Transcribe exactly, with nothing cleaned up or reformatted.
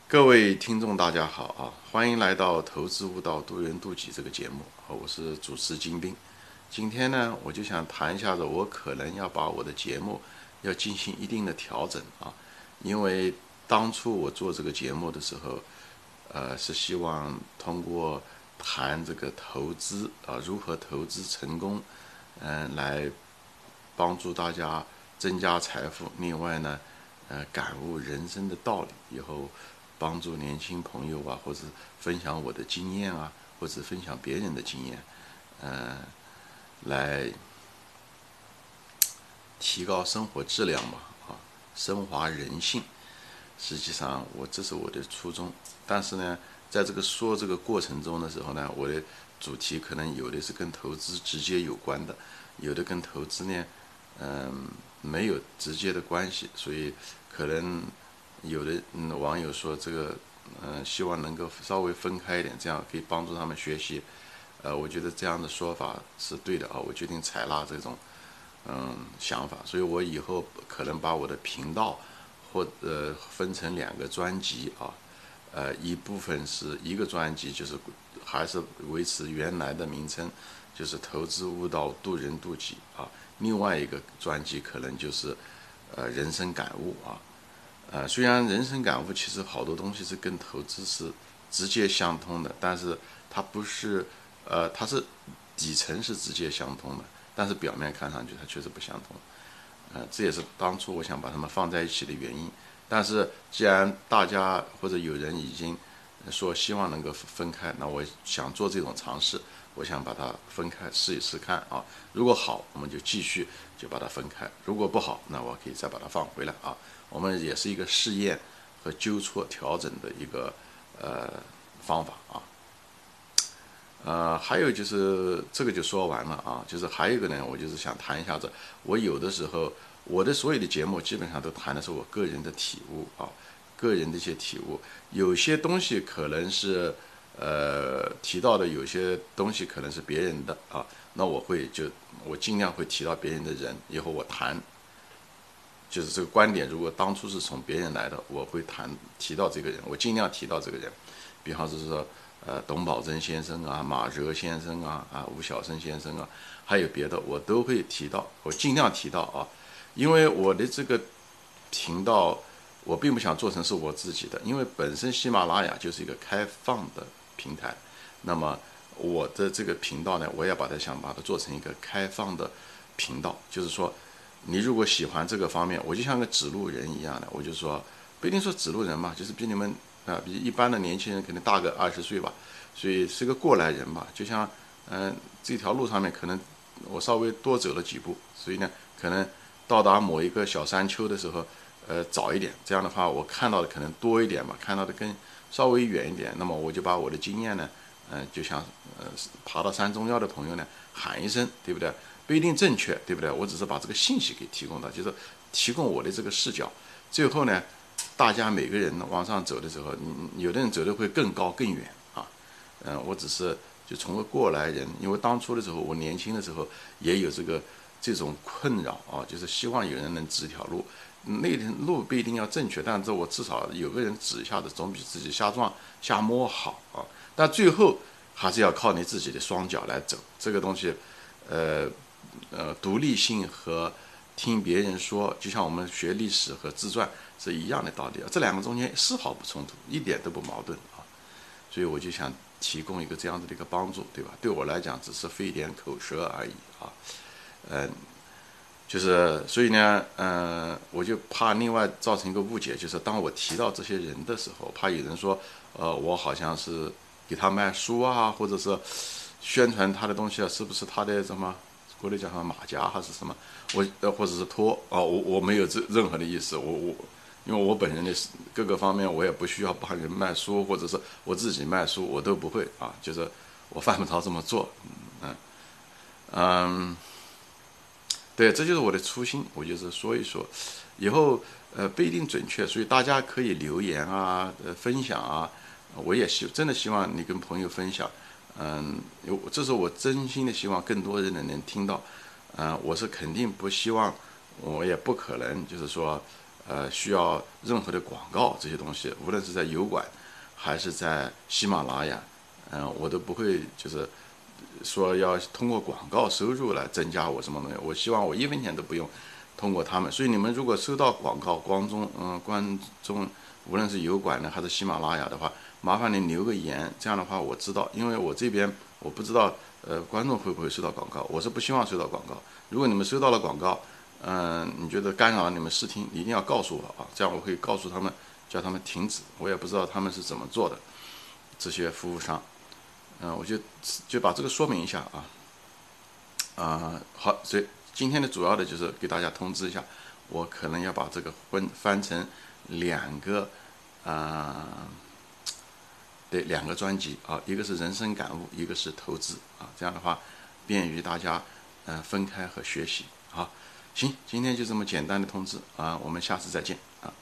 各位听众，大家好啊！欢迎来到《投资悟道，渡人渡己》这个节目啊，我是主持金兵。今天呢，我就想谈一下子，我可能要把我的节目要进行一定的调整啊，因为当初我做这个节目的时候，呃，是希望通过谈这个投资啊，如何投资成功，嗯、呃，来帮助大家增加财富。另外呢，呃，感悟人生的道理，以后帮助年轻朋友啊，或者分享我的经验啊，或者分享别人的经验，呃，来提高生活质量嘛，啊，升华人性。实际上，我这是我的初衷。但是呢，在这个说这个过程中的时候呢，我的主题可能有的是跟投资直接有关的，有的跟投资呢，嗯，没有直接的关系，所以可能有的嗯网友说这个，嗯，希望能够稍微分开一点，这样可以帮助他们学习。呃，我觉得这样的说法是对的啊，我决定采纳这种嗯想法，所以我以后可能把我的频道或呃分成两个专辑啊，呃一部分是一个专辑就是还是维持原来的名称，就是投资悟道渡人渡己啊，另外一个专辑可能就是呃人生感悟啊，呃虽然人生感悟其实好多东西是跟投资是直接相通的，但是它不是呃它是底层是直接相通的，但是表面看上去它确实不相同。呃，这也是当初我想把它们放在一起的原因。但是既然大家或者有人已经说希望能够分开，那我想做这种尝试，我想把它分开试一试看啊。如果好，我们就继续就把它分开；如果不好，那我可以再把它放回来啊。我们也是一个试验和纠错调整的一个呃方法啊。呃，还有就是这个就说完了啊，就是还有一个呢，我就是想谈一下子，我有的时候我的所有的节目基本上都谈的是我个人的体悟啊，个人的一些体悟，有些东西可能是呃提到的，有些东西可能是别人的啊，那我会就我尽量会提到别人的人，以后我谈就是这个观点，如果当初是从别人来的，我会谈提到这个人，我尽量提到这个人，比方是说，呃，董宝珍先生啊，马哲先生啊，啊，吴晓生先生啊，还有别的，我都会提到，我尽量提到啊，因为我的这个频道，我并不想做成是我自己的，因为本身喜马拉雅就是一个开放的平台，那么我的这个频道呢，我也把它想把它做成一个开放的频道，就是说。你如果喜欢这个方面，我就像个指路人一样的，我就说不一定说指路人嘛，就是比你们啊，比一般的年轻人肯定大个二十岁吧，所以是个过来人吧。就像嗯、呃、这条路上面可能我稍微多走了几步，所以呢可能到达某一个小山丘的时候，呃早一点，这样的话我看到的可能多一点嘛，看到的更稍微远一点，那么我就把我的经验呢，嗯、呃、就像呃爬到山中腰的朋友呢喊一声，对不对？不一定正确，对不对？我只是把这个信息给提供到，就是提供我的这个视角。最后呢，大家每个人往上走的时候，有的人走的会更高更远啊。嗯、呃，我只是就从个过来人，因为当初的时候，我年轻的时候也有这个这种困扰啊，就是希望有人能指条路。那条路不一定要正确，但是我至少有个人指一下子，总比自己瞎撞瞎摸好啊。但最后还是要靠你自己的双脚来走，这个东西，呃。呃，独立性和听别人说，就像我们学历史和自传是一样的道理，这两个中间丝毫不冲突，一点都不矛盾啊。所以我就想提供一个这样子的一个帮助，对吧？对我来讲只是费点口舌而已啊。嗯、呃，就是所以呢，嗯、呃，我就怕另外造成一个误解，就是当我提到这些人的时候，怕有人说，呃，我好像是给他卖书啊，或者是宣传他的东西啊，是不是他的什么？国内叫什么马甲还是什么？我呃或者是托啊，我我没有这任何的意思，我我因为我本人的各个方面我也不需要帮人卖书，或者是我自己卖书我都不会啊，就是我犯不着这么做，嗯嗯，对，这就是我的初心，我就是说一说，以后呃不一定准确，所以大家可以留言啊，呃分享啊，我也希真的希望你跟朋友分享。嗯，有，这是我真心的希望更多人能听到。嗯、呃，我是肯定不希望，我也不可能，就是说， 呃需要任何的广告这些东西，无论是在油管还是在喜马拉雅，嗯、呃，我都不会就是说要通过广告收入来增加我什么东西。我希望我一分钱都不用通过他们。所以你们如果收到广告，观众嗯观众无论是油管的还是喜马拉雅的话，麻烦你留个言，这样的话我知道，因为我这边我不知道呃观众会不会收到广告，我是不希望收到广告。如果你们收到了广告，嗯、呃，你觉得干扰了你们视听，你一定要告诉我啊，这样我会告诉他们，叫他们停止。我也不知道他们是怎么做的，这些服务商，嗯、呃，我就就把这个说明一下啊，啊、呃，好，所以今天的主要的就是给大家通知一下，我可能要把这个分翻成两个，啊、呃。对，两个专辑啊，一个是人生感悟，一个是投资啊，这样的话便于大家呃分开和学习。好，行，今天就这么简单的通知啊，我们下次再见啊。